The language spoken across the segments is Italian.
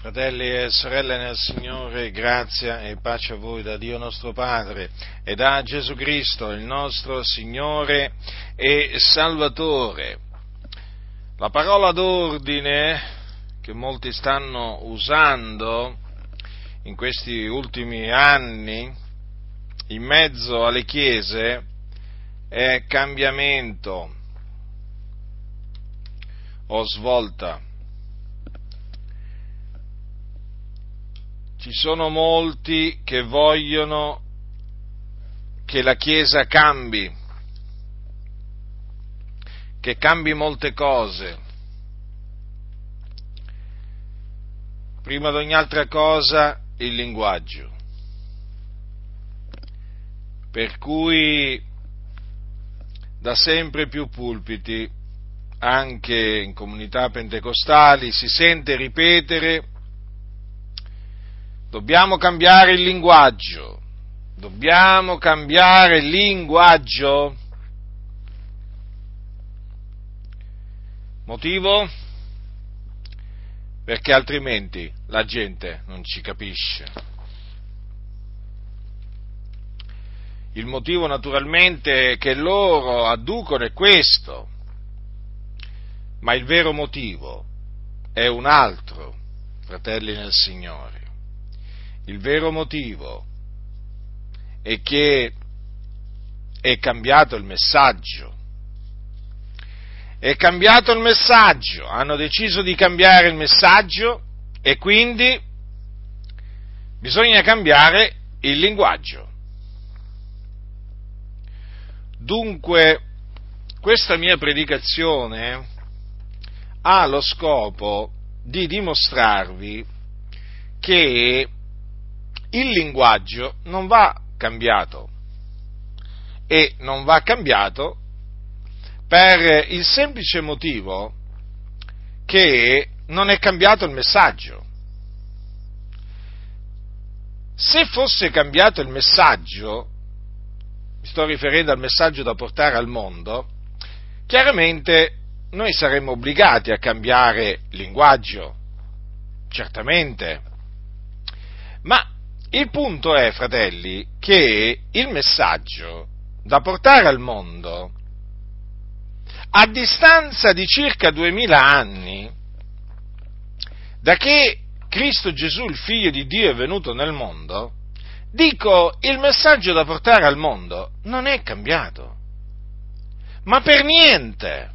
Fratelli e sorelle nel Signore, grazia e pace a voi da Dio nostro Padre e da Gesù Cristo, il nostro Signore e Salvatore. La parola d'ordine che molti stanno usando in questi ultimi anni in mezzo alle chiese è cambiamento o svolta. Ci sono molti che vogliono che la Chiesa cambi, che cambi molte cose. Prima di ogni altra cosa il linguaggio. Per cui da sempre più pulpiti, anche in comunità pentecostali, si sente ripetere: dobbiamo cambiare il linguaggio, dobbiamo cambiare il linguaggio. Motivo? Perché altrimenti la gente non ci capisce. Il motivo naturalmente che loro adducono è questo, ma il vero motivo è un altro, fratelli nel Signore. Il vero motivo è che è cambiato il messaggio. È cambiato il messaggio, hanno deciso di cambiare il messaggio e quindi bisogna cambiare il linguaggio. Dunque, questa mia predicazione ha lo scopo di dimostrarvi che il linguaggio non va cambiato e non va cambiato per il semplice motivo che non è cambiato il messaggio. Se fosse cambiato il messaggio, mi sto riferendo al messaggio da portare al mondo, chiaramente noi saremmo obbligati a cambiare linguaggio, certamente, ma il punto è, fratelli, che il messaggio da portare al mondo, a distanza di circa 2000 anni, da che Cristo Gesù, il Figlio di Dio, è venuto nel mondo, dico, il messaggio da portare al mondo non è cambiato, ma per niente.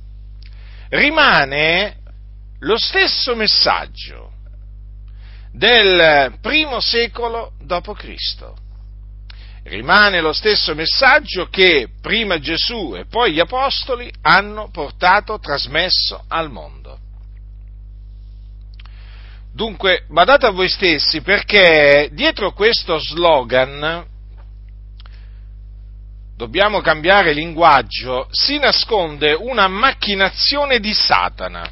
Rimane lo stesso messaggio del primo secolo dopo Cristo. Rimane lo stesso messaggio che prima Gesù e poi gli Apostoli hanno trasmesso al mondo. Dunque, badate a voi stessi, perché dietro questo slogan, dobbiamo cambiare linguaggio, si nasconde una macchinazione di Satana.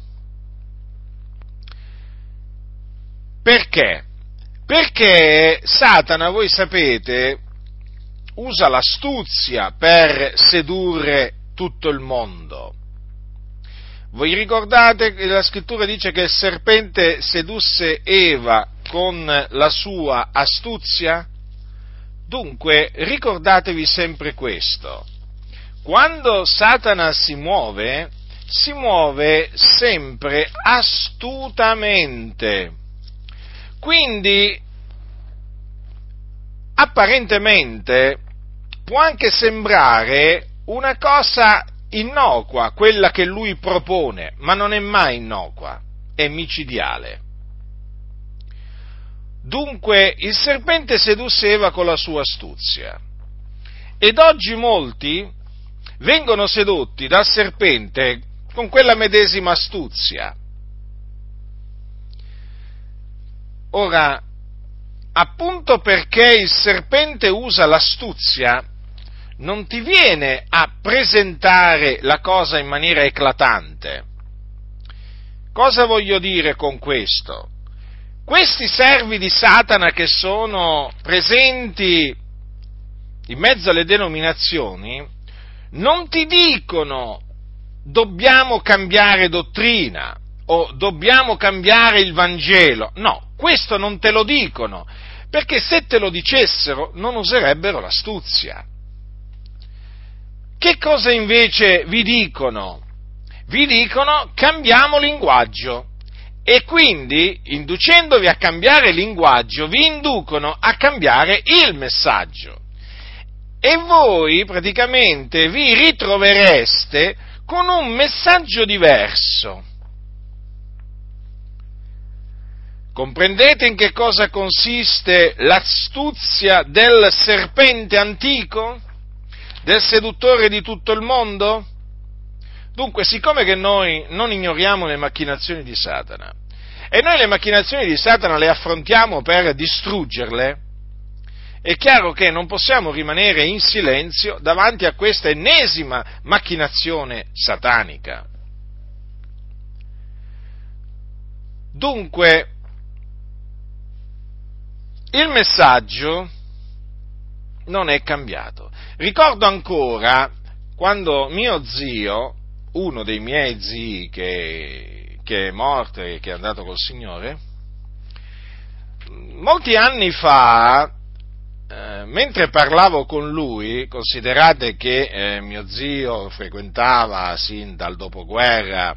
Perché? Perché Satana, voi sapete, usa l'astuzia per sedurre tutto il mondo. Voi ricordate che la scrittura dice che il serpente sedusse Eva con la sua astuzia? Dunque, ricordatevi sempre questo. Quando Satana si muove sempre astutamente. Quindi, apparentemente, può anche sembrare una cosa innocua quella che lui propone, ma non è mai innocua, è micidiale. Dunque, il serpente sedusse Eva con la sua astuzia, ed oggi molti vengono sedotti dal serpente con quella medesima astuzia. Ora, appunto perché il serpente usa l'astuzia, non ti viene a presentare la cosa in maniera eclatante. Cosa voglio dire con questo? Questi servi di Satana che sono presenti in mezzo alle denominazioni non ti dicono dobbiamo cambiare dottrina o dobbiamo cambiare il Vangelo. No, questo non te lo dicono, perché se te lo dicessero non userebbero l'astuzia. Che cosa invece vi dicono? Vi dicono cambiamo linguaggio e quindi, inducendovi a cambiare linguaggio, vi inducono a cambiare il messaggio. E voi praticamente vi ritrovereste con un messaggio diverso. Comprendete in che cosa consiste l'astuzia del serpente antico? Del seduttore di tutto il mondo? Dunque, siccome che noi non ignoriamo le macchinazioni di Satana, e noi le macchinazioni di Satana le affrontiamo per distruggerle, è chiaro che non possiamo rimanere in silenzio davanti a questa ennesima macchinazione satanica. Dunque, il messaggio non è cambiato. Ricordo ancora quando mio zio, uno dei miei zii che è morto e che è andato col Signore, molti anni fa, mentre parlavo con lui, considerate che mio zio frequentava sin dal dopoguerra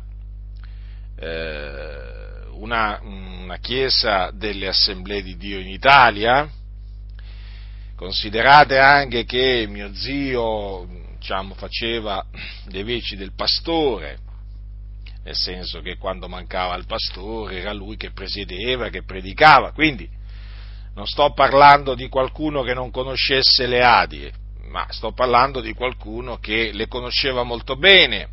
una chiesa delle Assemblee di Dio in Italia, considerate anche che mio zio, faceva le veci del pastore, nel senso che quando mancava il pastore era lui che presiedeva, che predicava, quindi non sto parlando di qualcuno che non conoscesse le Adi, ma sto parlando di qualcuno che le conosceva molto bene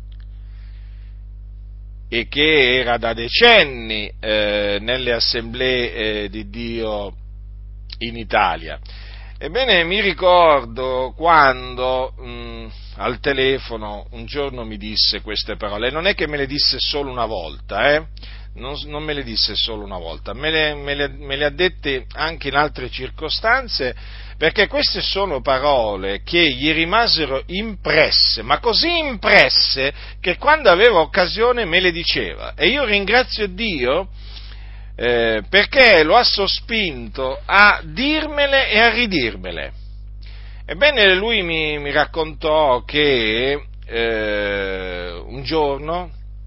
e che era da decenni nelle Assemblee di Dio in Italia. Ebbene, mi ricordo quando al telefono un giorno mi disse queste parole, non è che me le disse solo una volta, non me le disse solo una volta, me le ha dette anche in altre circostanze, perché queste sono parole che gli rimasero impresse, ma così impresse che quando aveva occasione me le diceva, e io ringrazio Dio perché lo ha sospinto a dirmele e a ridirmele. Ebbene, lui mi raccontò che un giorno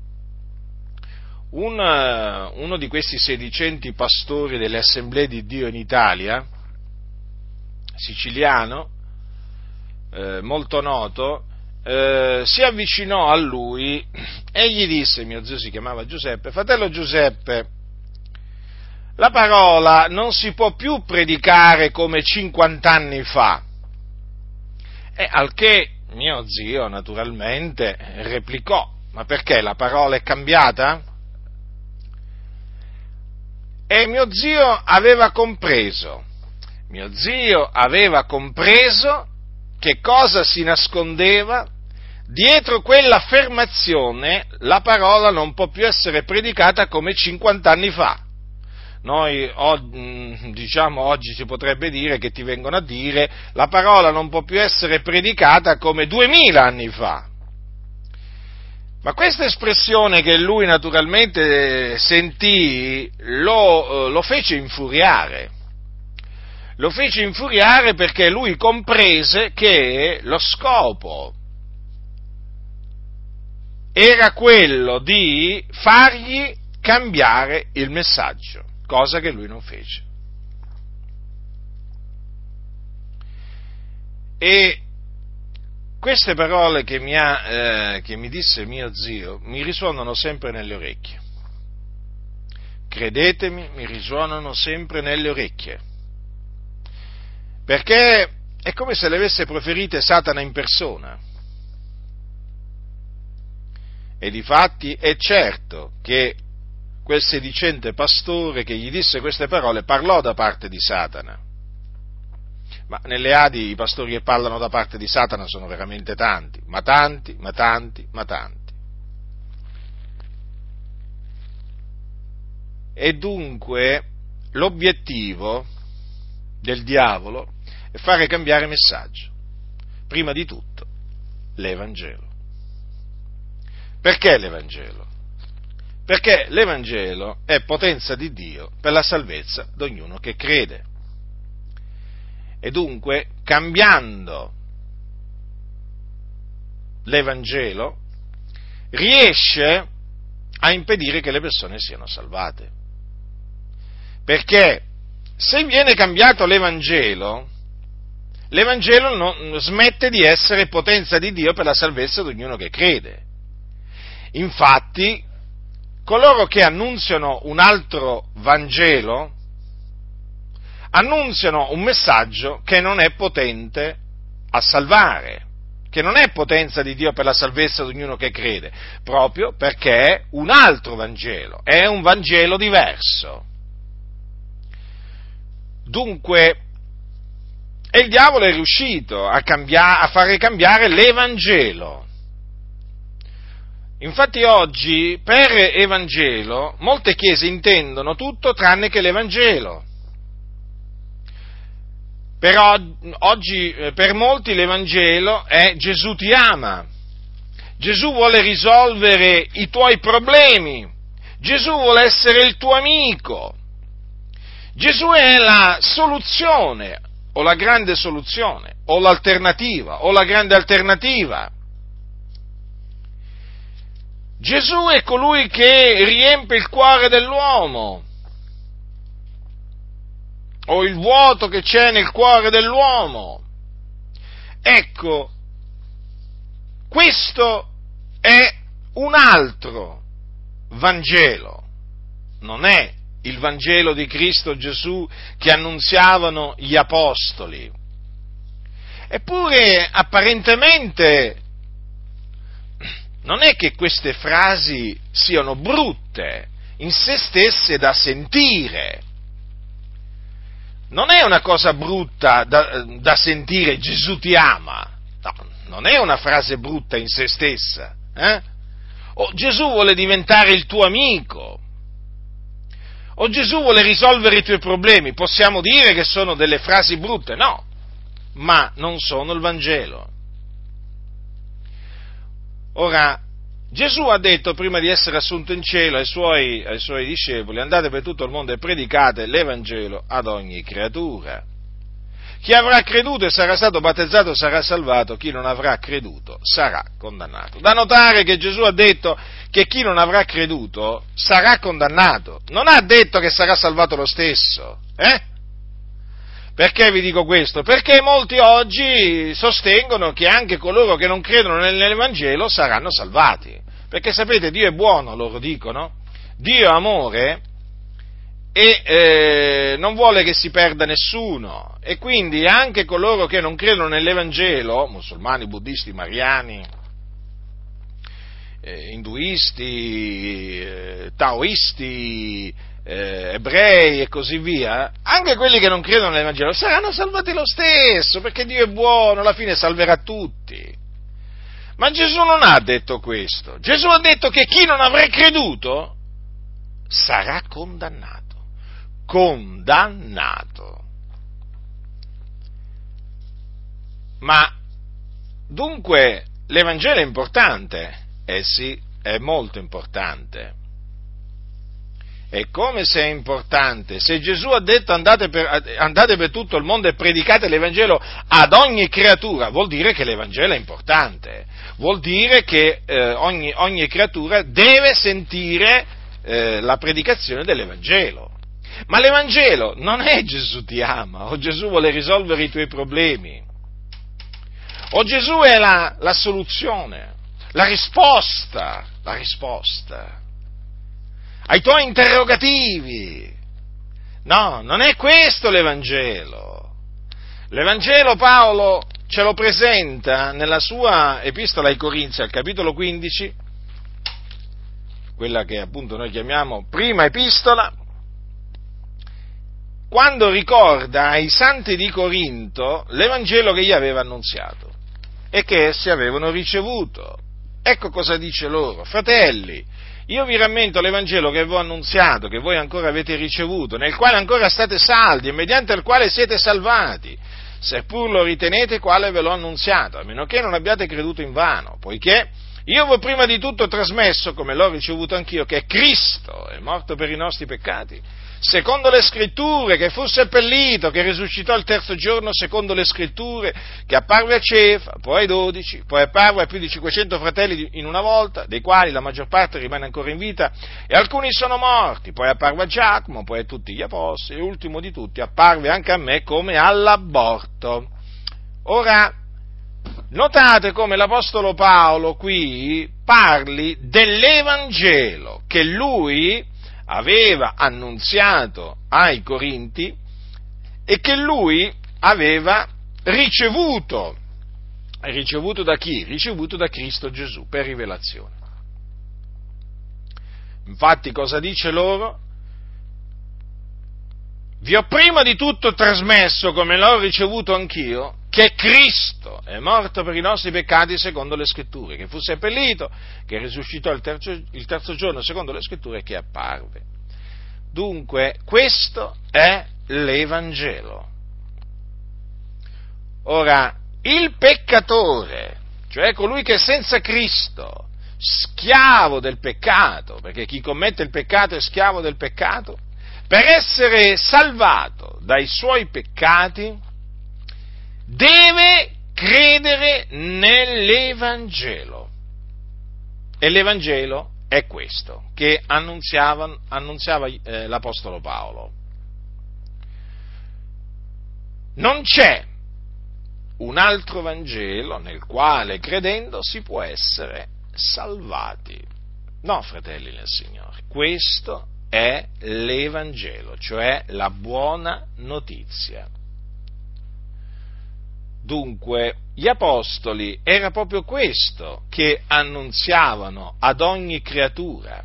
uno di questi sedicenti pastori delle Assemblee di Dio in Italia, siciliano, molto noto, si avvicinò a lui e gli disse, mio zio si chiamava Giuseppe: fratello Giuseppe, la parola non si può più predicare come 50 anni fa. E al che mio zio naturalmente replicò: ma perché, la parola è cambiata? E mio zio aveva compreso che cosa si nascondeva dietro quell'affermazione: la parola non può più essere predicata come 50 anni fa. Noi, oggi si potrebbe dire che ti vengono a dire: la parola non può più essere predicata come 2000 anni fa. Ma questa espressione che lui naturalmente sentì lo fece infuriare. Lo fece infuriare perché lui comprese che lo scopo era quello di fargli cambiare il messaggio, cosa che lui non fece. E queste parole che mi disse mio zio mi risuonano sempre nelle orecchie. Credetemi, mi risuonano sempre nelle orecchie. Perché è come se le avesse proferite Satana in persona. E difatti è certo che quel sedicente pastore che gli disse queste parole parlò da parte di Satana. Ma nelle Adi i pastori che parlano da parte di Satana sono veramente tanti, ma tanti. E dunque l'obiettivo del diavolo è fare cambiare messaggio. Prima di tutto, l'Evangelo. Perché l'Evangelo? Perché l'Evangelo è potenza di Dio per la salvezza di ognuno che crede. E dunque, cambiando l'Evangelo, riesce a impedire che le persone siano salvate. Perché se viene cambiato l'Evangelo non smette di essere potenza di Dio per la salvezza di ognuno che crede. Infatti, coloro che annunziano un altro Vangelo annunziano un messaggio che non è potente a salvare, che non è potenza di Dio per la salvezza di ognuno che crede, proprio perché è un altro Vangelo, è un Vangelo diverso. Dunque, e il diavolo è riuscito a fare cambiare l'Evangelo. Infatti oggi per Evangelo molte chiese intendono tutto tranne che l'Evangelo. Però oggi per molti l'Evangelo è Gesù ti ama, Gesù vuole risolvere i tuoi problemi, Gesù vuole essere il tuo amico, Gesù è la soluzione, o la grande soluzione, o l'alternativa, o la grande alternativa. Gesù è colui che riempie il cuore dell'uomo, o il vuoto che c'è nel cuore dell'uomo. Ecco, questo è un altro Vangelo, non è il Vangelo di Cristo Gesù che annunziavano gli apostoli. Eppure, apparentemente, non è che queste frasi siano brutte in se stesse da sentire. Non è una cosa brutta da sentire Gesù ti ama. No, non è una frase brutta in se stessa. O Gesù vuole diventare il tuo amico. O Gesù vuole risolvere i tuoi problemi. Possiamo dire che sono delle frasi brutte? No, ma non sono il Vangelo. Ora, Gesù ha detto prima di essere assunto in cielo ai suoi discepoli: andate per tutto il mondo e predicate l'Evangelo ad ogni creatura. Chi avrà creduto e sarà stato battezzato sarà salvato, chi non avrà creduto sarà condannato. Da notare che Gesù ha detto che chi non avrà creduto sarà condannato, non ha detto che sarà salvato lo stesso, Perché vi dico questo? Perché molti oggi sostengono che anche coloro che non credono nell'Evangelo saranno salvati. Perché sapete, Dio è buono, loro dicono, Dio è amore e non vuole che si perda nessuno. E quindi anche coloro che non credono nell'Evangelo, musulmani, buddisti, mariani, induisti, taoisti, ebrei e così via, anche quelli che non credono nell'Evangelo saranno salvati lo stesso, perché Dio è buono, alla fine salverà tutti. Ma Gesù non ha detto questo. Gesù ha detto che chi non avrà creduto sarà condannato. Condannato. Ma dunque l'Evangelo è importante? Sì, è molto importante. E come se è importante? Se Gesù ha detto andate per tutto il mondo e predicate l'Evangelo ad ogni creatura, vuol dire che l'Evangelo è importante, vuol dire che ogni creatura deve sentire la predicazione dell'Evangelo. Ma l'Evangelo non è Gesù ti ama, o Gesù vuole risolvere i tuoi problemi, o Gesù è la soluzione, la risposta ai tuoi interrogativi. No, non è questo l'Evangelo. L'Evangelo Paolo ce lo presenta nella sua epistola ai Corinzi, al capitolo 15, quella che appunto noi chiamiamo prima epistola, quando ricorda ai santi di Corinto l'Evangelo che gli aveva annunziato e che essi avevano ricevuto. Ecco cosa dice loro: fratelli, io vi rammento l'Evangelo che vi ho annunziato, che voi ancora avete ricevuto, nel quale ancora state saldi e mediante il quale siete salvati, seppur lo ritenete quale ve l'ho annunziato, a meno che non abbiate creduto invano, poiché io vi ho prima di tutto trasmesso, come l'ho ricevuto anch'io, che Cristo è morto per i nostri peccati, secondo le Scritture, che fu seppellito, che risuscitò il terzo giorno, secondo le Scritture, che apparve a Cefa, poi ai 12, poi apparve a più di 500 fratelli in una volta, dei quali la maggior parte rimane ancora in vita, e alcuni sono morti, poi apparve a Giacomo, poi a tutti gli apostoli, e ultimo di tutti apparve anche a me come all'aborto. Ora, notate come l'Apostolo Paolo qui parli dell'Evangelo che lui aveva annunziato ai Corinti e che lui aveva ricevuto. Ricevuto da chi? Ricevuto da Cristo Gesù per rivelazione. Infatti cosa dice loro? Vi ho prima di tutto trasmesso, come l'ho ricevuto anch'io, che Cristo è morto per i nostri peccati secondo le Scritture, che fu seppellito, che risuscitò il terzo giorno secondo le Scritture e che apparve. Dunque, questo è l'Evangelo. Ora, il peccatore, cioè colui che è senza Cristo, schiavo del peccato, perché chi commette il peccato è schiavo del peccato, per essere salvato dai suoi peccati, deve credere nell'Evangelo. E l'Evangelo è questo, che annunziava l'Apostolo Paolo. Non c'è un altro Vangelo nel quale, credendo, si può essere salvati. No, fratelli nel Signore, questo è l'Evangelo, cioè la buona notizia. Dunque, gli apostoli era proprio questo che annunziavano ad ogni creatura,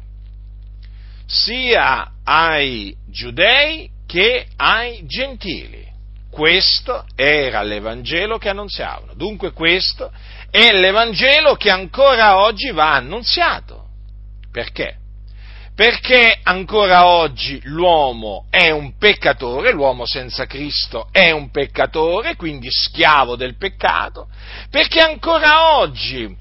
sia ai giudei che ai gentili. Questo era l'Evangelo che annunziavano. Dunque questo è l'Evangelo che ancora oggi va annunziato. Perché? Perché ancora oggi l'uomo è un peccatore, l'uomo senza Cristo è un peccatore, quindi schiavo del peccato, perché ancora oggi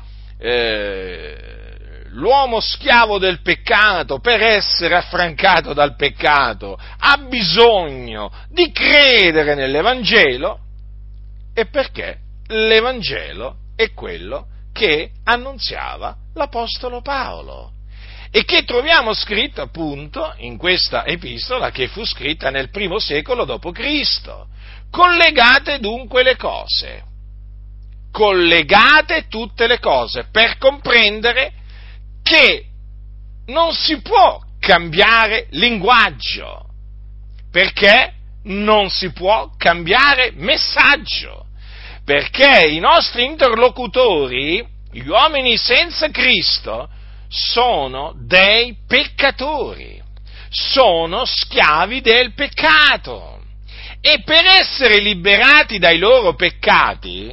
l'uomo schiavo del peccato, per essere affrancato dal peccato, ha bisogno di credere nell'Evangelo, e perché l'Evangelo è quello che annunziava l'Apostolo Paolo. E che troviamo scritto appunto in questa epistola che fu scritta nel primo secolo d.C. Collegate dunque le cose, collegate tutte le cose per comprendere che non si può cambiare linguaggio, perché non si può cambiare messaggio, perché i nostri interlocutori, gli uomini senza Cristo, sono dei peccatori, sono schiavi del peccato, e per essere liberati dai loro peccati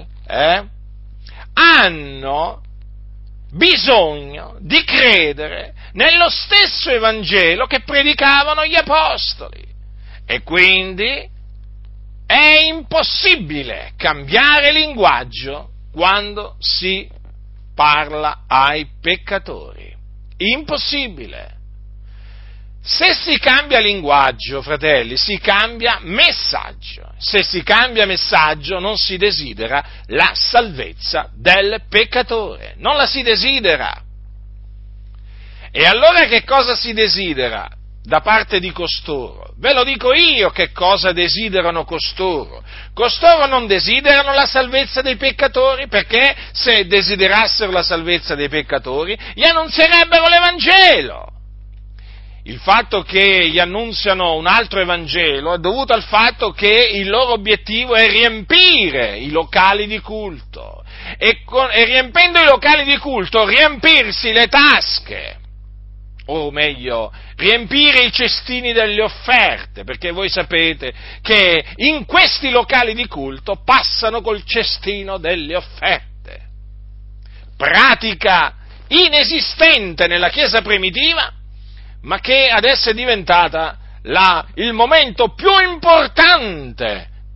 hanno bisogno di credere nello stesso Evangelo che predicavano gli apostoli, e quindi è impossibile cambiare linguaggio quando si parla ai peccatori. Impossibile. Se si cambia linguaggio, fratelli, si cambia messaggio. Se si cambia messaggio non si desidera la salvezza del peccatore, non la si desidera. E allora che cosa si desidera da parte di costoro? Ve lo dico io che cosa desiderano costoro. Costoro non desiderano la salvezza dei peccatori, perché se desiderassero la salvezza dei peccatori gli annunzierebbero l'Evangelo. Il fatto che gli annunziano un altro Evangelo è dovuto al fatto che il loro obiettivo è riempire i locali di culto e riempendo i locali di culto riempirsi le tasche, o meglio, riempire i cestini delle offerte, perché voi sapete che in questi locali di culto passano col cestino delle offerte. Pratica inesistente nella Chiesa primitiva, ma che adesso è diventata il momento più importante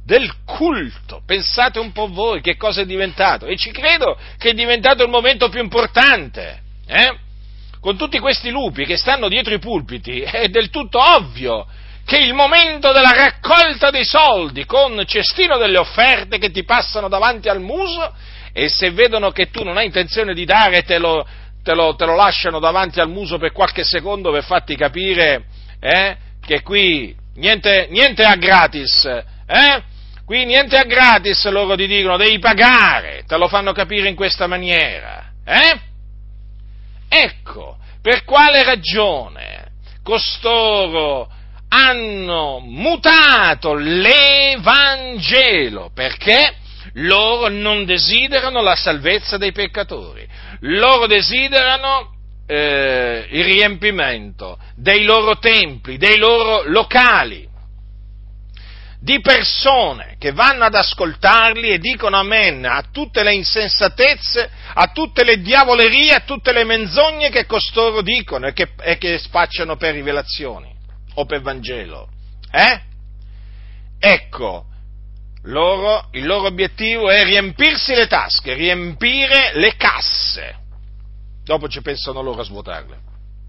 del culto. Pensate un po' voi che cosa è diventato, e ci credo che è diventato il momento più importante, Con tutti questi lupi che stanno dietro i pulpiti è del tutto ovvio che il momento della raccolta dei soldi con cestino delle offerte che ti passano davanti al muso, e se vedono che tu non hai intenzione di dare te lo lasciano davanti al muso per qualche secondo per farti capire che qui niente a gratis, Qui niente a gratis, loro ti dicono, devi pagare, te lo fanno capire in questa maniera, Ecco, per quale ragione costoro hanno mutato l'Evangelo? Perché loro non desiderano la salvezza dei peccatori, loro desiderano il riempimento dei loro templi, dei loro locali, di persone che vanno ad ascoltarli e dicono amen a tutte le insensatezze, a tutte le diavolerie, a tutte le menzogne che costoro dicono e che spacciano per rivelazioni o per Vangelo. Ecco, il loro obiettivo è riempirsi le tasche, riempire le casse. Dopo ci pensano loro a svuotarle.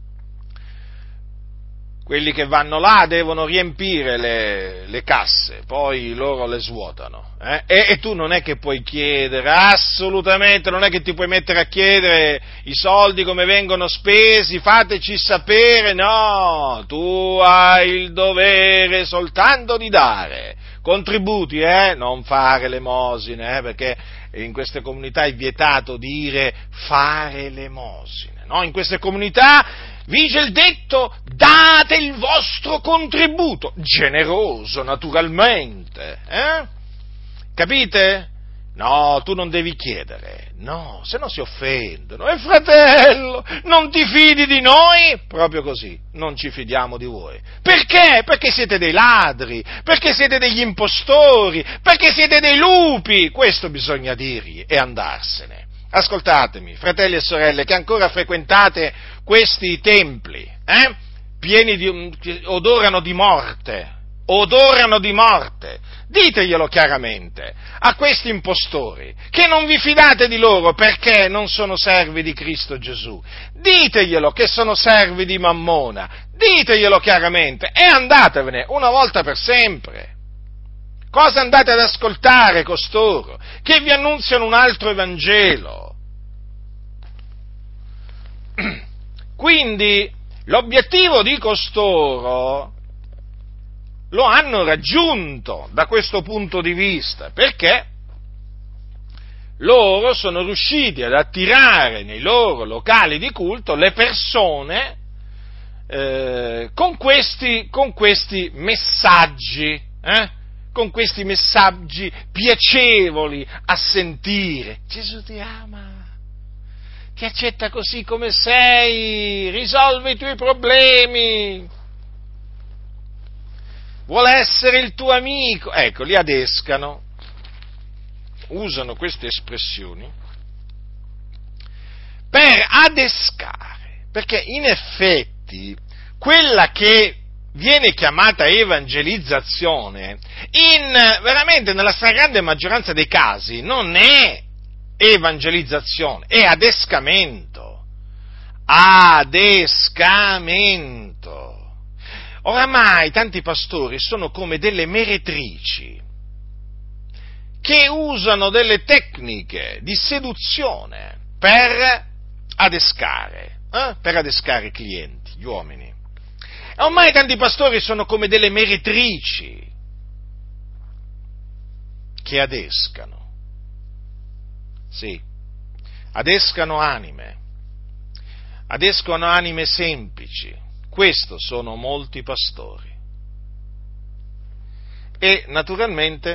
Quelli che vanno là devono riempire le casse, poi loro le svuotano. E tu non è che puoi chiedere, assolutamente, non è che ti puoi mettere a chiedere i soldi come vengono spesi, fateci sapere, no, tu hai il dovere soltanto di dare contributi, non fare elemosine, perché in queste comunità è vietato dire fare elemosine, no? In queste comunità vige il detto, date il vostro contributo, generoso naturalmente, Capite? No, tu non devi chiedere, no, se no si offendono, e fratello, non ti fidi di noi? Proprio così, non ci fidiamo di voi. Perché? Perché siete dei ladri, perché siete degli impostori, perché siete dei lupi, questo bisogna dirgli e andarsene. Ascoltatemi, fratelli e sorelle, che ancora frequentate questi templi, pieni che odorano di morte, diteglielo chiaramente a questi impostori, che non vi fidate di loro perché non sono servi di Cristo Gesù, diteglielo che sono servi di Mammona, diteglielo chiaramente e andatevene una volta per sempre. Cosa andate ad ascoltare costoro? Che vi annunziano un altro Evangelo. Quindi l'obiettivo di costoro lo hanno raggiunto da questo punto di vista, perché loro sono riusciti ad attirare nei loro locali di culto le persone con questi messaggi, con questi messaggi piacevoli a sentire. Gesù ti ama, ti accetta così come sei, risolve i tuoi problemi, vuole essere il tuo amico. Ecco, li adescano, usano queste espressioni per adescare, perché in effetti quella che viene chiamata evangelizzazione, veramente nella stragrande maggioranza dei casi non è evangelizzazione, è adescamento. Oramai tanti pastori sono come delle meretrici che usano delle tecniche di seduzione per adescare i clienti, gli uomini. Ormai tanti pastori sono come delle meretrici che adescano. Sì, adescano anime semplici. Questo sono molti pastori. E naturalmente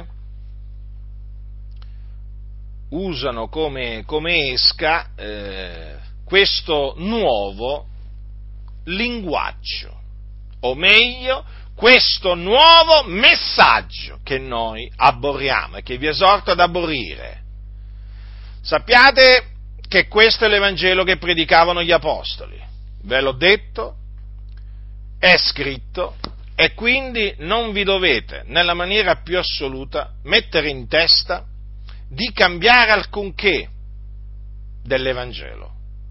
usano come esca questo nuovo linguaggio, o meglio, questo nuovo messaggio che noi aborriamo e che vi esorto ad aborrire. Sappiate che questo è l'Evangelo che predicavano gli Apostoli. Ve l'ho detto, è scritto, E quindi non vi dovete, nella maniera più assoluta, mettere in testa di cambiare alcunché dell'Evangelo.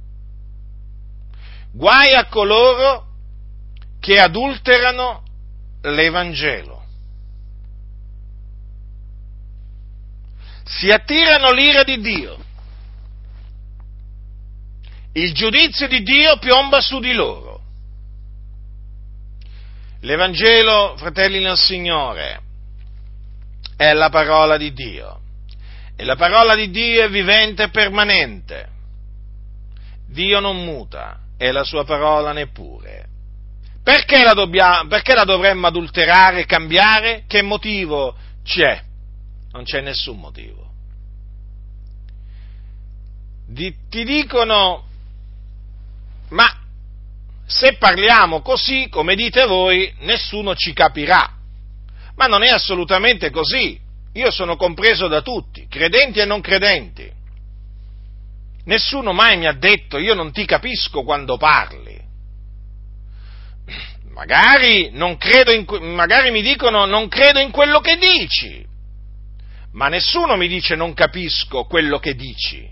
Guai a coloro che adulterano l'Evangelo. Si attirano l'ira di Dio. Il giudizio di Dio piomba su di loro. L'Evangelo, fratelli nel Signore, è la parola di Dio. E la parola di Dio è vivente e permanente. Dio non muta, e la sua parola neppure. Perché la dovremmo adulterare, cambiare? Che motivo c'è? Non c'è nessun motivo. Ti dicono, ma se parliamo così, come dite voi, nessuno ci capirà. Ma non è assolutamente così. Io sono compreso da tutti, credenti e non credenti. Nessuno mai mi ha detto, io non ti capisco quando parli. Magari mi dicono, non credo in quello che dici. Ma nessuno mi dice, non capisco quello che dici.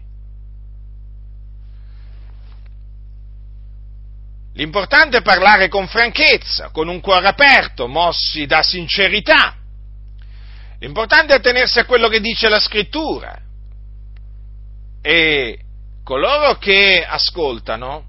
L'importante è parlare con franchezza, con un cuore aperto, mossi da sincerità. L'importante è tenersi a quello che dice la Scrittura. E coloro che ascoltano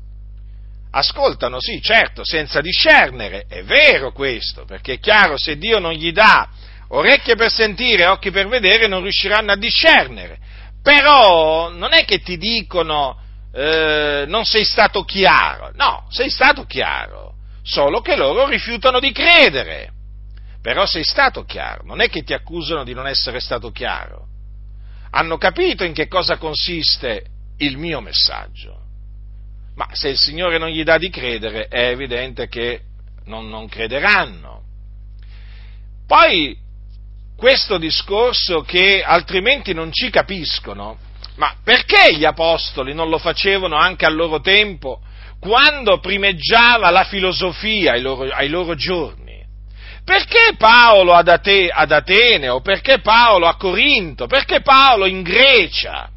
sì, certo, senza discernere. È vero questo, perché è chiaro, se Dio non gli dà orecchie per sentire, occhi per vedere, non riusciranno a discernere. Però non è che ti dicono non sei stato chiaro, no, sei stato chiaro, solo che loro rifiutano di credere, però sei stato chiaro, non è che ti accusano di non essere stato chiaro, hanno capito in che cosa consiste il mio messaggio, ma se il Signore non gli dà di credere è evidente che non crederanno. Poi questo discorso che altrimenti non ci capiscono, ma perché gli apostoli non lo facevano anche al loro tempo, quando primeggiava la filosofia ai loro giorni? Perché Paolo ad Atene, o perché Paolo a Corinto, perché Paolo in Grecia,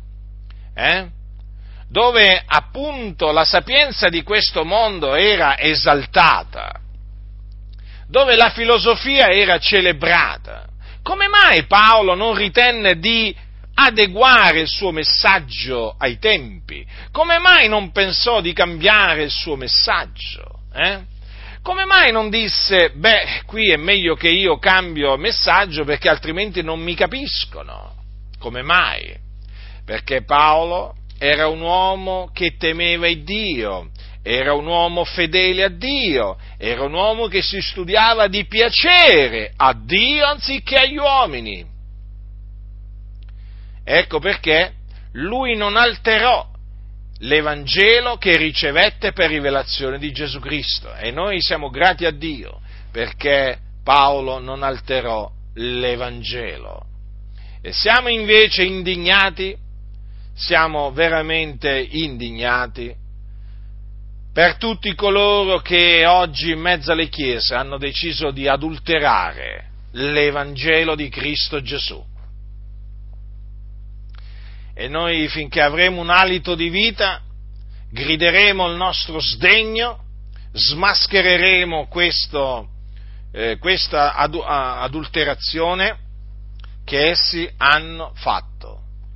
dove appunto la sapienza di questo mondo era esaltata, dove la filosofia era celebrata? Come mai Paolo non ritenne di adeguare il suo messaggio ai tempi? Come mai non pensò di cambiare il suo messaggio? Come mai non disse, qui è meglio che io cambio messaggio perché altrimenti non mi capiscono? Come mai? Perché Paolo era un uomo che temeva il Dio, era un uomo fedele a Dio, era un uomo che si studiava di piacere a Dio anziché agli uomini. Ecco perché lui non alterò l'Evangelo che ricevette per rivelazione di Gesù Cristo, e noi siamo grati a Dio perché Paolo non alterò l'Evangelo. E siamo invece indignati, siamo veramente indignati per tutti coloro che oggi in mezzo alle chiese hanno deciso di adulterare l'Evangelo di Cristo Gesù. E noi, finché avremo un alito di vita, grideremo il nostro sdegno, smaschereremo questa adulterazione che essi hanno fatto.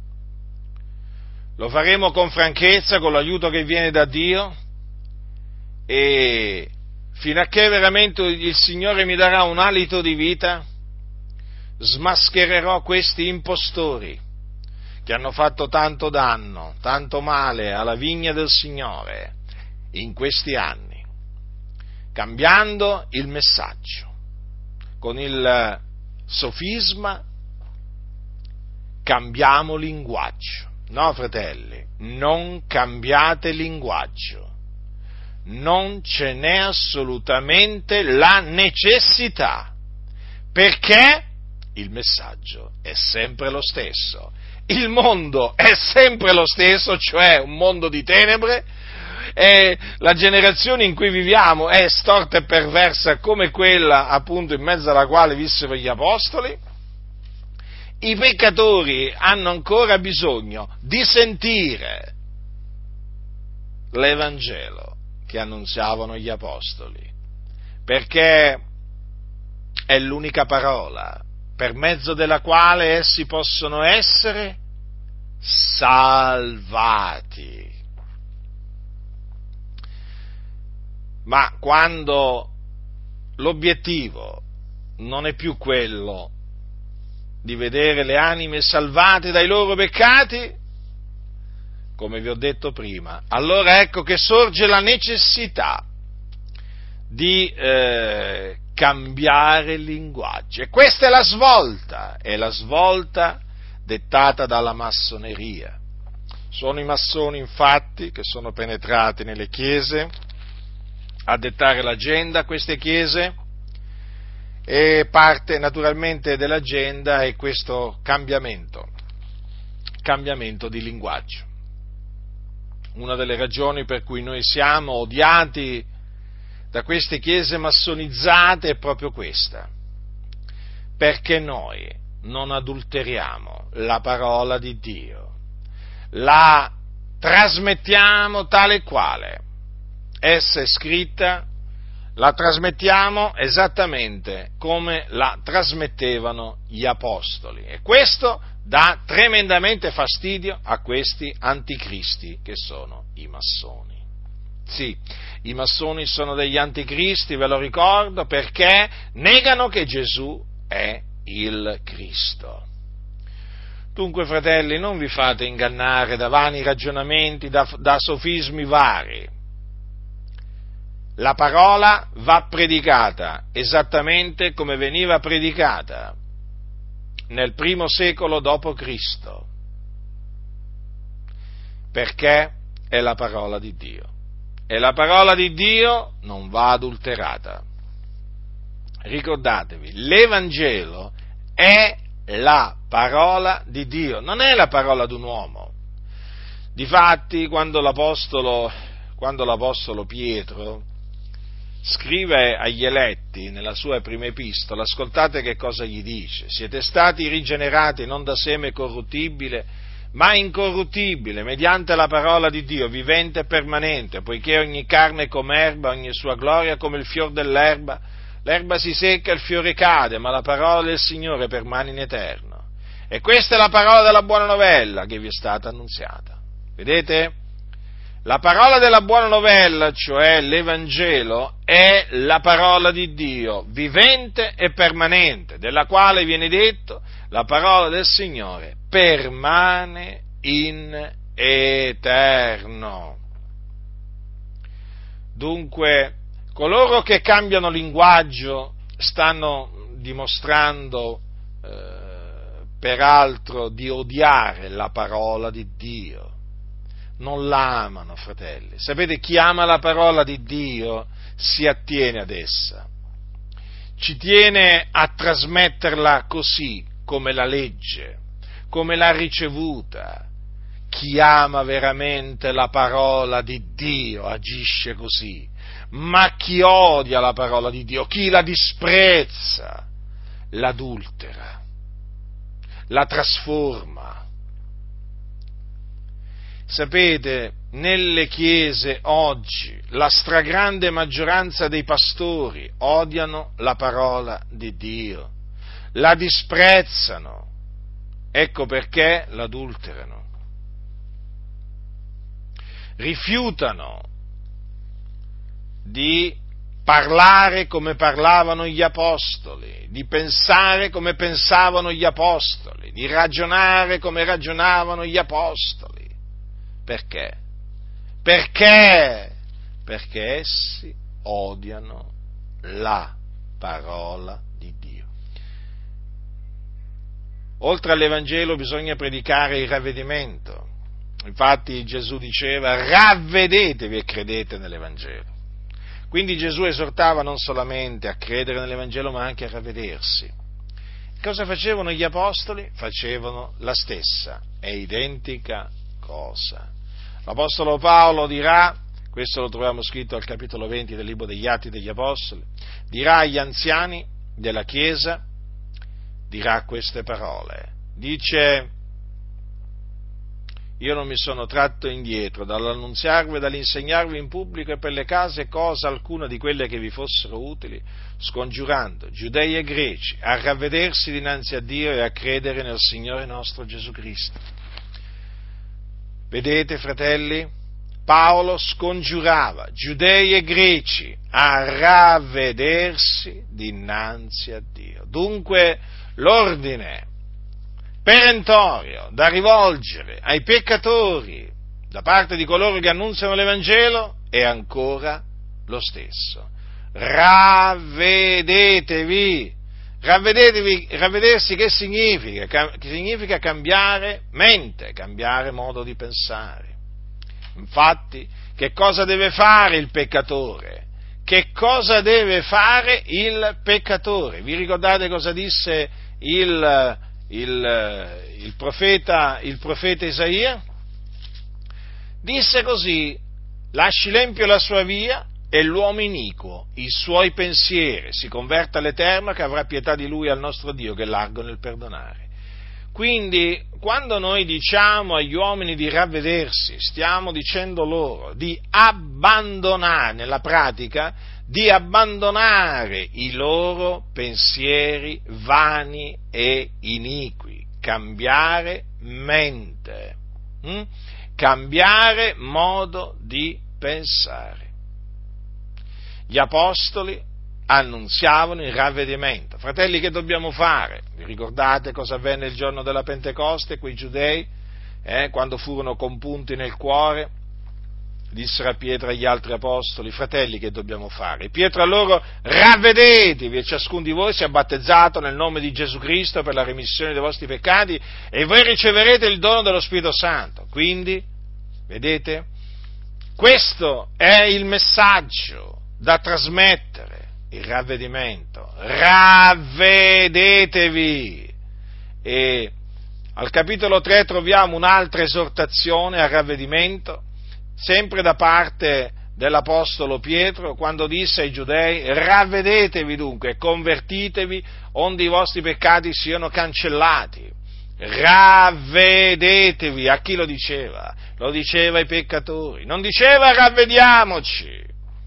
Lo faremo con franchezza, con l'aiuto che viene da Dio, e fino a che veramente il Signore mi darà un alito di vita, smaschererò questi impostori che hanno fatto tanto danno, tanto male alla vigna del Signore in questi anni, cambiando il messaggio. Con il sofisma cambiamo linguaggio. No, fratelli, non cambiate linguaggio. Non ce n'è assolutamente la necessità, perché il messaggio è sempre lo stesso. Il mondo è sempre lo stesso, cioè un mondo di tenebre, E la generazione in cui viviamo è storta e perversa come quella appunto in mezzo alla quale vissero gli apostoli. I peccatori hanno ancora bisogno di sentire l'Evangelo che annunziavano gli apostoli, perché è l'unica parola per mezzo della quale essi possono essere salvati. Ma quando l'obiettivo non è più quello di vedere le anime salvate dai loro peccati, come vi ho detto prima, allora ecco che sorge la necessità di cambiare il linguaggio. E questa è la svolta dettata dalla massoneria. Sono i massoni, infatti, che sono penetrati nelle chiese a dettare l'agenda a queste chiese, e parte naturalmente dell'agenda è questo cambiamento di linguaggio. Una delle ragioni per cui noi siamo odiati da queste chiese massonizzate è proprio questa, perché noi non adulteriamo la parola di Dio, la trasmettiamo tale e quale essa è scritta, la trasmettiamo esattamente come la trasmettevano gli apostoli, e questo dà tremendamente fastidio a questi anticristi che sono i massoni. Sì, i massoni sono degli anticristi, ve lo ricordo, perché negano che Gesù è il Cristo. Dunque, fratelli, non vi fate ingannare da vani ragionamenti, da sofismi vari. La parola va predicata esattamente come veniva predicata nel primo secolo dopo Cristo, perché è la parola di Dio. E la parola di Dio non va adulterata. Ricordatevi, l'Evangelo è la parola di Dio, non è la parola di un uomo. Difatti, quando l'apostolo Pietro scrive agli eletti nella sua prima epistola, ascoltate che cosa gli dice: siete stati rigenerati non da seme corruttibile, ma incorruttibile, mediante la parola di Dio, vivente e permanente, poiché ogni carne è come erba, ogni sua gloria come il fior dell'erba. L'erba si secca, il fiore cade, ma la parola del Signore permane in eterno. E questa è la parola della buona novella che vi è stata annunziata. Vedete? La parola della buona novella, cioè l'Evangelo, è la parola di Dio, vivente e permanente, della quale viene detto: la parola del Signore permane in eterno. Dunque, coloro che cambiano linguaggio stanno dimostrando, peraltro, di odiare la parola di Dio. Non la amano, fratelli. Sapete, chi ama la parola di Dio si attiene ad essa, ci tiene a trasmetterla così come la legge, come l'ha ricevuta. Chi ama veramente la parola di Dio agisce così, ma chi odia la parola di Dio, chi la disprezza, l'adultera, la trasforma. Sapete, nelle chiese oggi la stragrande maggioranza dei pastori odiano la parola di Dio, la disprezzano, ecco perché l'adulterano, rifiutano di parlare come parlavano gli apostoli, di pensare come pensavano gli apostoli, di ragionare come ragionavano gli apostoli. Perché? Perché essi odiano la parola di Dio. Oltre all'Evangelo bisogna predicare il ravvedimento. Infatti Gesù diceva: ravvedetevi e credete nell'Evangelo. Quindi Gesù esortava non solamente a credere nell'Evangelo, ma anche a ravvedersi. Cosa facevano gli apostoli? Facevano la stessa e identica cosa. L'Apostolo Paolo dirà: questo lo troviamo scritto al capitolo 20 del libro degli Atti degli Apostoli, dirà agli anziani della Chiesa, dirà queste parole, dice: io non mi sono tratto indietro dall'annunziarvi e dall'insegnarvi in pubblico e per le case cosa alcuna di quelle che vi fossero utili, scongiurando giudei e greci a ravvedersi dinanzi a Dio e a credere nel Signore nostro Gesù Cristo. Vedete, fratelli? Paolo scongiurava giudei e greci a ravvedersi dinanzi a Dio. Dunque l'ordine perentorio da rivolgere ai peccatori da parte di coloro che annunziano l'Evangelo è ancora lo stesso. Ravvedetevi. Ravvedersi che significa? Significa cambiare mente, cambiare modo di pensare. Infatti, che cosa deve fare il peccatore? Che cosa deve fare il peccatore? Vi ricordate cosa disse il profeta Isaia? Disse così: lasci l'empio la sua via e l'uomo iniquo i suoi pensieri, si converta all'Eterno che avrà pietà di lui, al nostro Dio che è largo nel perdonare. Quindi, quando noi diciamo agli uomini di ravvedersi, stiamo dicendo loro di abbandonare, nella pratica, di abbandonare i loro pensieri vani e iniqui, cambiare mente, cambiare modo di pensare. Gli apostoli annunziavano il ravvedimento. Fratelli, che dobbiamo fare? Vi ricordate cosa avvenne il giorno della Pentecoste? Quei giudei, quando furono compunti nel cuore, dissero a Pietro e agli altri apostoli: fratelli, che dobbiamo fare? E Pietro a loro: ravvedetevi e ciascun di voi sia battezzato nel nome di Gesù Cristo per la remissione dei vostri peccati e voi riceverete il dono dello Spirito Santo. Quindi, vedete, questo è il messaggio da trasmettere, il ravvedimento. Ravvedetevi. E al capitolo 3 troviamo un'altra esortazione al ravvedimento, sempre da parte dell'Apostolo Pietro, quando disse ai giudei: ravvedetevi dunque e convertitevi, onde i vostri peccati siano cancellati. Ravvedetevi. A chi lo diceva? Lo diceva ai peccatori, non diceva ravvediamoci.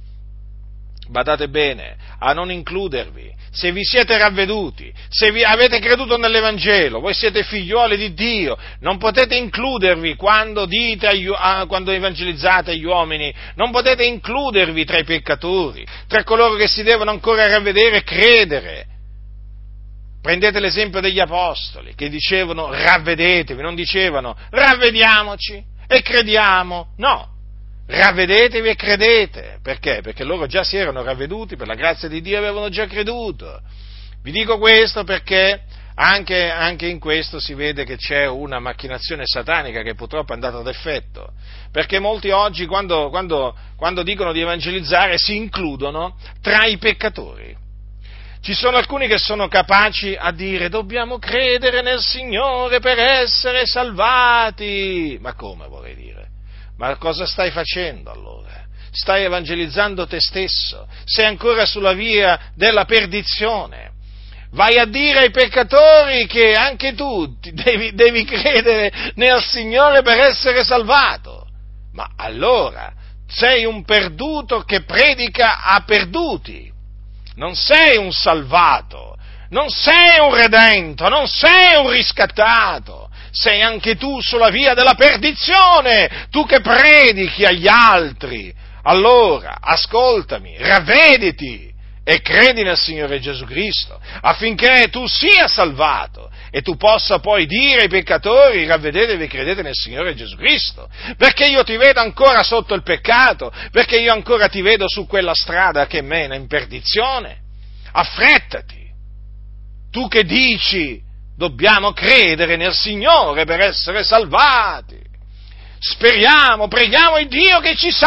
Badate bene a non includervi. Se vi siete ravveduti, se vi avete creduto nell'Evangelo, voi siete figliuoli di Dio, non potete includervi quando quando evangelizzate gli uomini, non potete includervi tra i peccatori, tra coloro che si devono ancora ravvedere e credere. Prendete l'esempio degli apostoli, che dicevano ravvedetevi, non dicevano ravvediamoci e crediamo, no. Ravvedetevi e credete. Perché? Perché loro già si erano ravveduti, per la grazia di Dio avevano già creduto. Vi dico questo perché anche in questo si vede che c'è una macchinazione satanica che purtroppo è andata ad effetto. Perché molti oggi quando dicono di evangelizzare si includono tra i peccatori. Ci sono alcuni che sono capaci a dire: dobbiamo credere nel Signore per essere salvati. Ma come, vorrei dire? Ma cosa stai facendo allora? Stai evangelizzando te stesso, sei ancora sulla via della perdizione. Vai a dire ai peccatori che anche tu devi credere nel Signore per essere salvato. Ma allora sei un perduto che predica a perduti, non sei un salvato, non sei un redento, non sei un riscattato. Sei anche tu sulla via della perdizione, tu che predichi agli altri. Allora, ascoltami, ravvediti e credi nel Signore Gesù Cristo, affinché tu sia salvato e tu possa poi dire ai peccatori: ravvedetevi e credete nel Signore Gesù Cristo, perché io ti vedo ancora sotto il peccato, perché io ancora ti vedo su quella strada che mena in perdizione. Affrettati, tu che dici: dobbiamo credere nel Signore per essere salvati. Speriamo, preghiamo il Dio che ci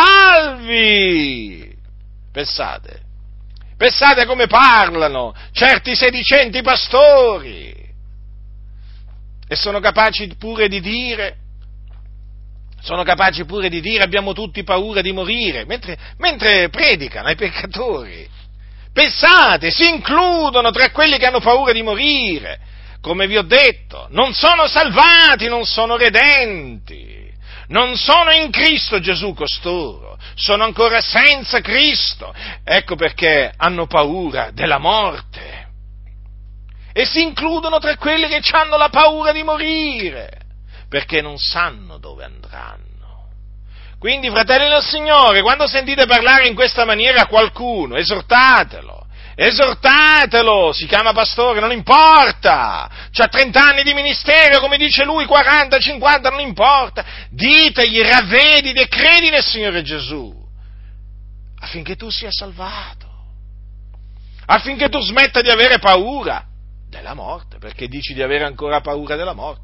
salvi. Pensate come parlano certi sedicenti pastori. E sono capaci pure di dire Sono capaci pure di dire abbiamo tutti paura di morire, mentre predicano ai peccatori. Pensate, si includono tra quelli che hanno paura di morire. Come vi ho detto, non sono salvati, non sono redenti, non sono in Cristo Gesù costoro, sono ancora senza Cristo. Ecco perché hanno paura della morte. E si includono tra quelli che hanno la paura di morire, perché non sanno dove andranno. Quindi, fratelli del Signore, quando sentite parlare in questa maniera a qualcuno, esortatelo, si chiama pastore, non importa, c'ha 30 anni di ministero, come dice lui, 40, 50, non importa, ditegli, ravvediti e credi nel Signore Gesù, affinché tu sia salvato, affinché tu smetta di avere paura della morte, perché dici di avere ancora paura della morte.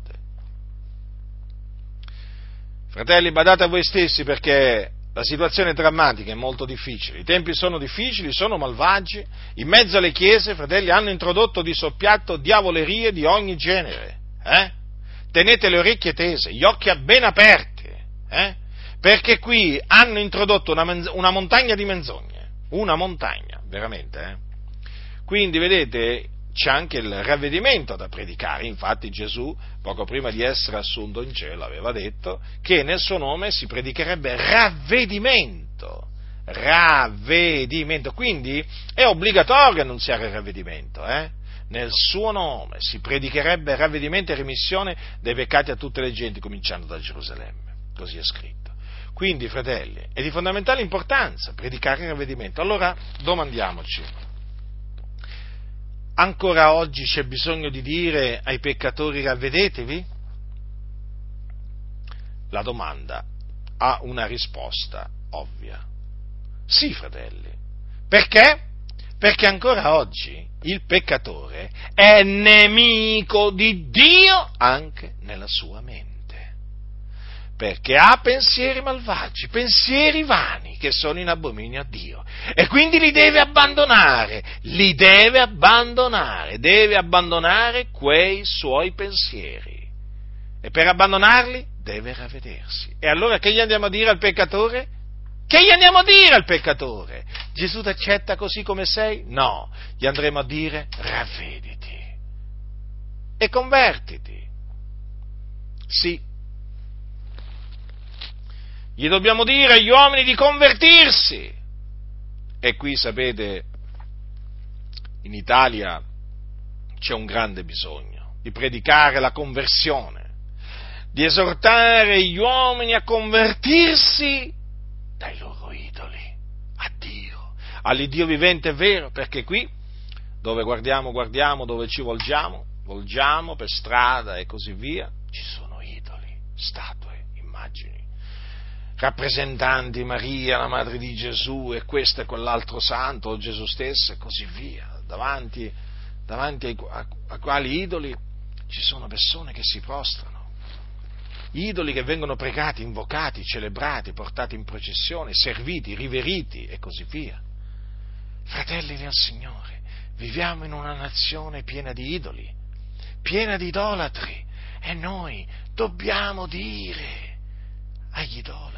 Fratelli, badate a voi stessi, perché la situazione è drammatica, è molto difficile, i tempi sono difficili, sono malvagi, in mezzo alle chiese, fratelli, hanno introdotto di soppiatto diavolerie di ogni genere, Tenete le orecchie tese, gli occhi ben aperti, perché qui hanno introdotto una montagna di menzogne, una montagna, veramente, Quindi, vedete, c'è anche il ravvedimento da predicare. Infatti Gesù, poco prima di essere assunto in cielo, aveva detto che nel suo nome si predicherebbe ravvedimento. Quindi è obbligatorio annunziare il ravvedimento, Nel suo nome si predicherebbe ravvedimento e remissione dei peccati a tutte le genti, cominciando da Gerusalemme. Così è scritto. Quindi, fratelli, è di fondamentale importanza predicare il ravvedimento. Allora, domandiamoci, ancora oggi c'è bisogno di dire ai peccatori ravvedetevi? La domanda ha una risposta ovvia. Sì, fratelli. Perché? Perché ancora oggi il peccatore è nemico di Dio anche nella sua mente. Perché ha pensieri malvagi, pensieri vani, che sono in abominio a Dio. E quindi li deve abbandonare quei suoi pensieri. E per abbandonarli deve ravvedersi. E allora che gli andiamo a dire al peccatore? Che gli andiamo a dire al peccatore? Gesù ti accetta così come sei? No, gli andremo a dire ravvediti e convertiti. Sì. Gli dobbiamo dire agli uomini di convertirsi. E qui, sapete, in Italia c'è un grande bisogno di predicare la conversione, di esortare gli uomini a convertirsi dai loro idoli a Dio, all'Iddio vivente e vero, perché qui, dove guardiamo, dove ci volgiamo per strada e così via, ci sono idoli, statue, immagini, rappresentanti Maria, la madre di Gesù, e questo e quell'altro santo, o Gesù stesso, e così via, davanti a quali idoli ci sono persone che si prostrano, idoli che vengono pregati, invocati, celebrati, portati in processione, serviti, riveriti, e così via. Fratelli nel Signore, viviamo in una nazione piena di idoli, piena di idolatri, e noi dobbiamo dire agli idolatri: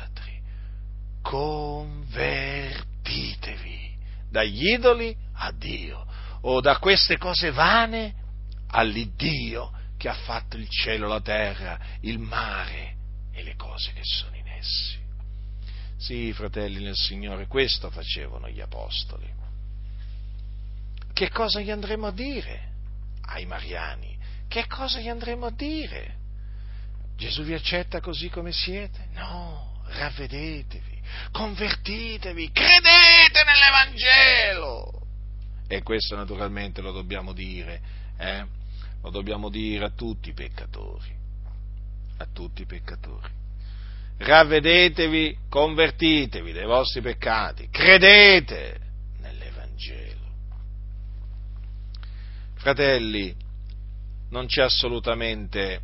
convertitevi dagli idoli a Dio, o da queste cose vane all'Iddio che ha fatto il cielo, la terra, il mare e le cose che sono in essi. Sì, fratelli nel Signore, questo facevano gli apostoli. Che cosa gli andremo a dire ai mariani? Che cosa gli andremo a dire? Gesù vi accetta così come siete? No, ravvedetevi, convertitevi, credete nell'Evangelo. E questo naturalmente lo dobbiamo dire, Lo dobbiamo dire a tutti i peccatori, Ravvedetevi, convertitevi dai vostri peccati, credete nell'Evangelo. Fratelli, non c'è assolutamente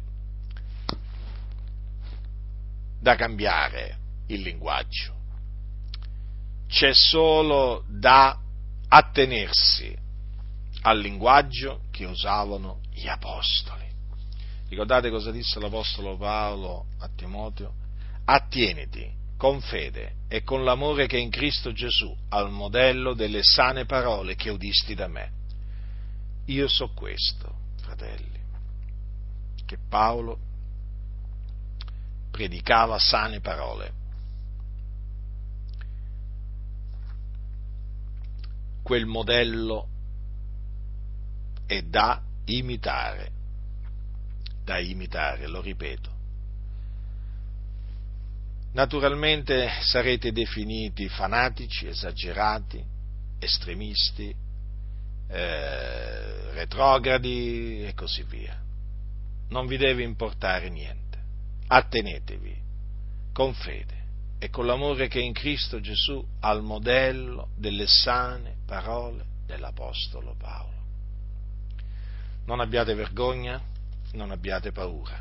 da cambiare il linguaggio, c'è solo da attenersi al linguaggio che usavano gli apostoli. Ricordate cosa disse l'apostolo Paolo a Timoteo? attieniti con fede e con l'amore che è in Cristo Gesù al modello delle sane parole che udisti da me. Io so questo, fratelli, che Paolo predicava sane parole. Quel modello è da imitare, lo ripeto. Naturalmente sarete definiti fanatici, esagerati, estremisti, retrogradi e così via. Non vi deve importare niente. Attenetevi con fede e con l'amore che è in Cristo Gesù al modello delle sane parole dell'Apostolo Paolo. Non abbiate vergogna, non abbiate paura.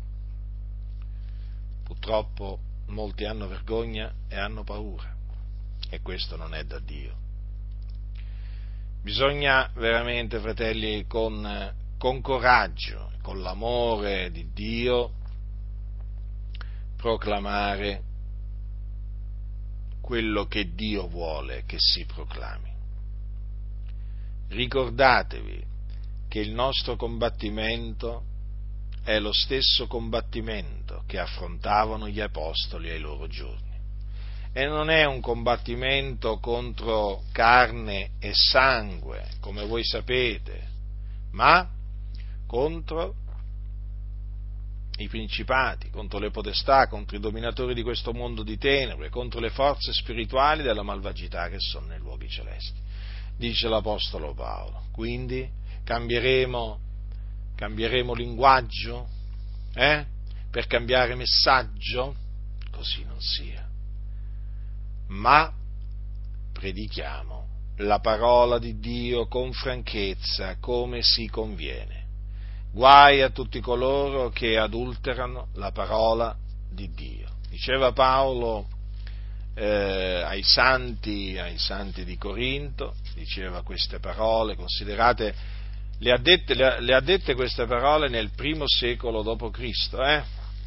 Purtroppo molti hanno vergogna e hanno paura, e questo non è da Dio. Bisogna veramente, fratelli, con coraggio, con l'amore di Dio, proclamare quello che Dio vuole che si proclami. Ricordatevi che il nostro combattimento è lo stesso combattimento che affrontavano gli apostoli ai loro giorni. E non è un combattimento contro carne e sangue, come voi sapete, ma contro i principati, contro le potestà, contro i dominatori di questo mondo di tenebre, contro le forze spirituali della malvagità che sono nei luoghi celesti, dice l'Apostolo Paolo. Quindi cambieremo linguaggio per cambiare messaggio? Così non sia, ma predichiamo la parola di Dio con franchezza, come si conviene. Guai a tutti coloro che adulterano la parola di Dio. Diceva Paolo ai santi di Corinto, diceva queste parole, considerate, le ha dette queste parole nel primo secolo dopo Cristo, e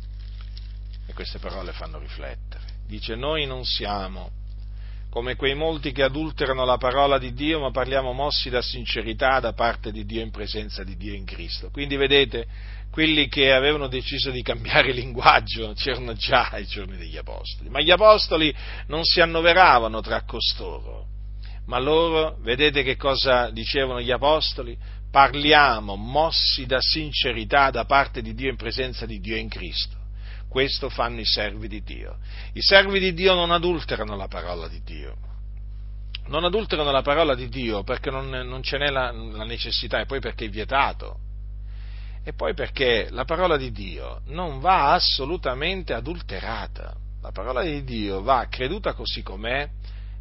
queste parole fanno riflettere. Dice: noi non siamo come quei molti che adulterano la parola di Dio, ma parliamo mossi da sincerità da parte di Dio in presenza di Dio in Cristo. Quindi vedete, quelli che avevano deciso di cambiare linguaggio c'erano già ai giorni degli apostoli, ma gli apostoli non si annoveravano tra costoro, ma loro, vedete che cosa dicevano gli apostoli? Parliamo mossi da sincerità da parte di Dio in presenza di Dio in Cristo. Questo fanno i servi di Dio. I servi di Dio non adulterano la parola di Dio. Non adulterano la parola di Dio perché non ce n'è la necessità, e poi perché è vietato. E poi perché la parola di Dio non va assolutamente adulterata. La parola di Dio va creduta così com'è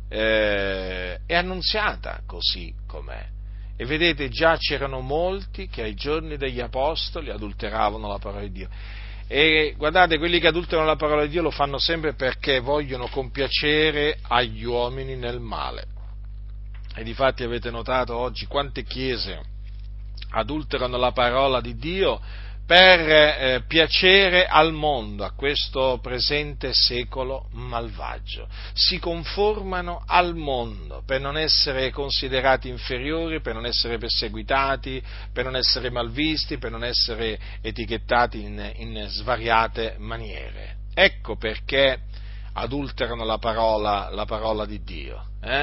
e annunziata così com'è. E vedete, già c'erano molti che ai giorni degli apostoli adulteravano la parola di Dio. E guardate, quelli che adulterano la parola di Dio lo fanno sempre perché vogliono compiacere agli uomini nel male. E difatti avete notato oggi quante chiese adulterano la parola di Dio per piacere al mondo, a questo presente secolo malvagio. Si conformano al mondo per non essere considerati inferiori, per non essere perseguitati, per non essere malvisti, per non essere etichettati in svariate maniere. Ecco perché adulterano la parola di Dio.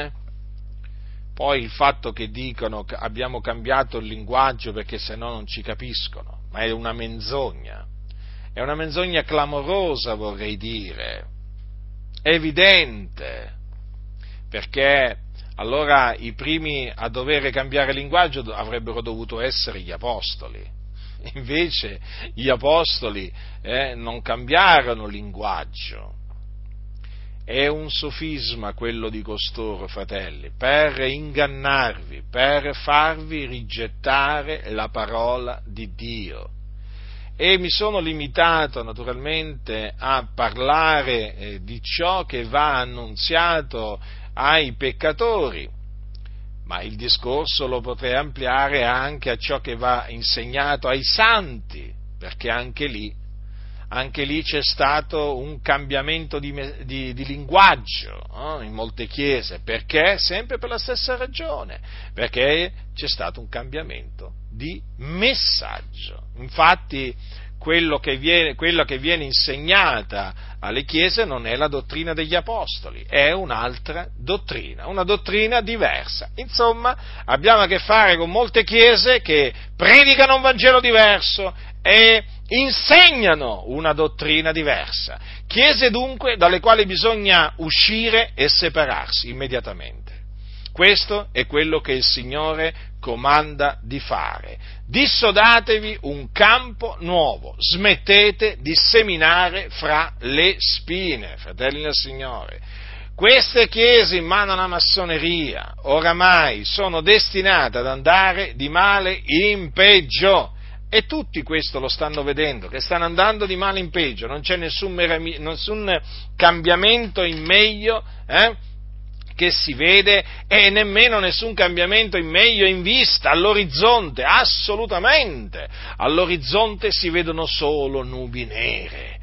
Poi il fatto che dicono che abbiamo cambiato il linguaggio perché sennò non ci capiscono, ma è una menzogna clamorosa, vorrei dire, è evidente, perché allora i primi a dover cambiare linguaggio avrebbero dovuto essere gli apostoli, invece gli apostoli non cambiarono linguaggio. È un sofisma quello di costoro, fratelli, per ingannarvi, per farvi rigettare la parola di Dio. E mi sono limitato naturalmente a parlare di ciò che va annunziato ai peccatori, ma il discorso lo potrei ampliare anche a ciò che va insegnato ai santi, perché anche lì anche lì c'è stato un cambiamento di linguaggio in molte chiese. Perché? Sempre per la stessa ragione, perché c'è stato un cambiamento di messaggio. Infatti quella che viene insegnata alle chiese non è la dottrina degli apostoli, è un'altra dottrina, una dottrina diversa. Insomma, abbiamo a che fare con molte chiese che predicano un Vangelo diverso e insegnano una dottrina diversa. Chiese dunque dalle quali bisogna uscire e separarsi immediatamente. Questo è quello che il Signore comanda di fare. Dissodatevi un campo nuovo, smettete di seminare fra le spine, fratelli del Signore. Queste chiese in mano alla massoneria oramai sono destinate ad andare di male in peggio. E tutti questo lo stanno vedendo, che stanno andando di male in peggio, non c'è nessun cambiamento in meglio, che si vede, e nemmeno nessun cambiamento in meglio in vista, all'orizzonte, assolutamente. All'orizzonte si vedono solo nubi nere,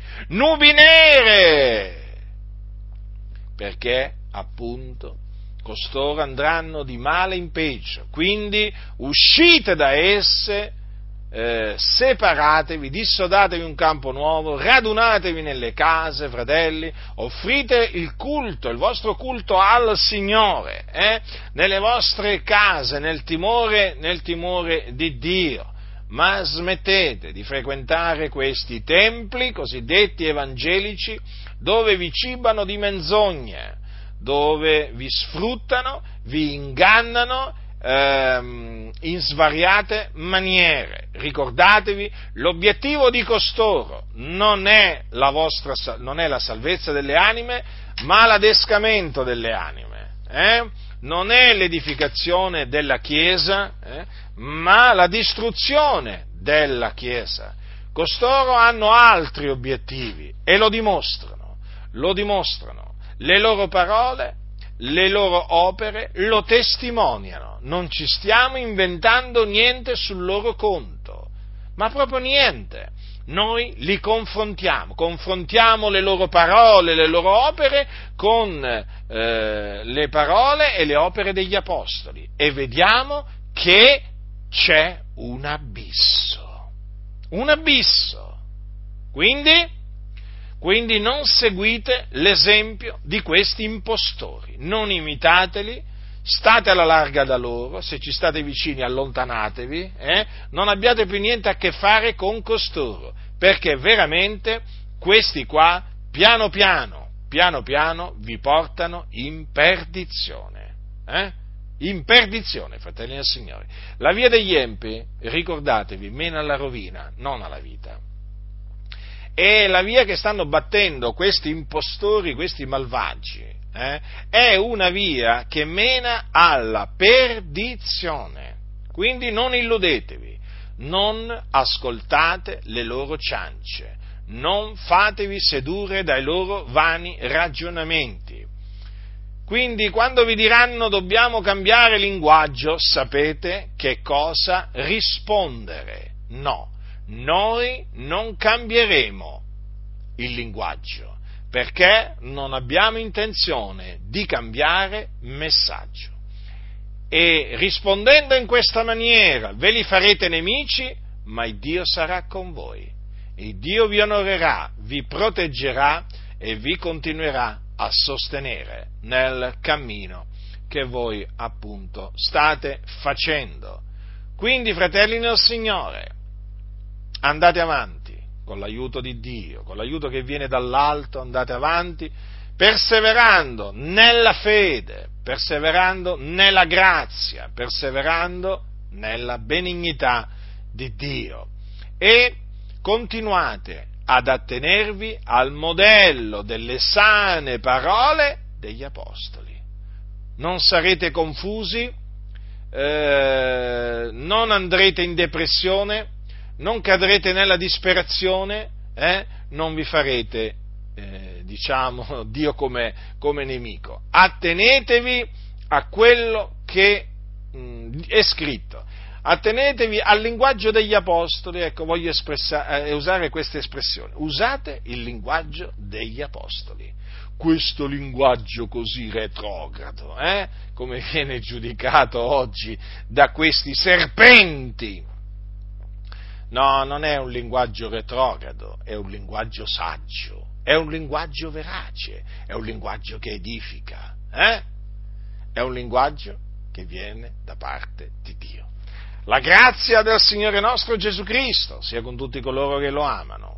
perché appunto costoro andranno di male in peggio, quindi uscite da esse, separatevi, dissodatevi un campo nuovo, radunatevi nelle case, fratelli, offrite il vostro culto al Signore, nelle vostre case, nel timore di Dio, ma smettete di frequentare questi templi cosiddetti evangelici dove vi cibano di menzogne, dove vi sfruttano, vi ingannano, in svariate maniere. Ricordatevi, l'obiettivo di costoro non è la salvezza delle anime, ma l'adescamento delle anime, non è l'edificazione della Chiesa, ma la distruzione della Chiesa. Costoro hanno altri obiettivi e lo dimostrano, le loro parole, le loro opere lo testimoniano. Non ci stiamo inventando niente sul loro conto, ma proprio niente. Noi li confrontiamo le loro parole, le loro opere con le parole e le opere degli apostoli e vediamo che c'è un abisso. Quindi non seguite l'esempio di questi impostori, non imitateli, state alla larga da loro, se ci state vicini allontanatevi, non abbiate più niente a che fare con costoro, perché veramente questi qua piano piano vi portano in perdizione, in perdizione, fratelli del Signore. La via degli empi, ricordatevi, mena alla rovina, non alla vita. E la via che stanno battendo questi impostori, questi malvagi, è una via che mena alla perdizione. Quindi non illudetevi, non ascoltate le loro ciance, non fatevi sedurre dai loro vani ragionamenti. Quindi quando vi diranno dobbiamo cambiare linguaggio, sapete che cosa rispondere. No. Noi non cambieremo il linguaggio, perché non abbiamo intenzione di cambiare messaggio. E rispondendo in questa maniera ve li farete nemici, ma il Dio sarà con voi. Il Dio vi onorerà, vi proteggerà e vi continuerà a sostenere nel cammino che voi appunto state facendo. Quindi, fratelli nel Signore, andate avanti con l'aiuto di Dio, con l'aiuto che viene dall'alto, andate avanti, perseverando nella fede, perseverando nella grazia, perseverando nella benignità di Dio e continuate ad attenervi al modello delle sane parole degli Apostoli. Non sarete confusi, non andrete in depressione, non cadrete nella disperazione, non vi farete, Dio come nemico. Attenetevi a quello che è scritto, attenetevi al linguaggio degli apostoli. Ecco, voglio usare questa espressione: usate il linguaggio degli apostoli. Questo linguaggio così retrogrado, come viene giudicato oggi da questi serpenti. No, non è un linguaggio retrogrado, è un linguaggio saggio, è un linguaggio verace, è un linguaggio che edifica, è un linguaggio che viene da parte di Dio. La grazia del Signore nostro Gesù Cristo sia con tutti coloro che lo amano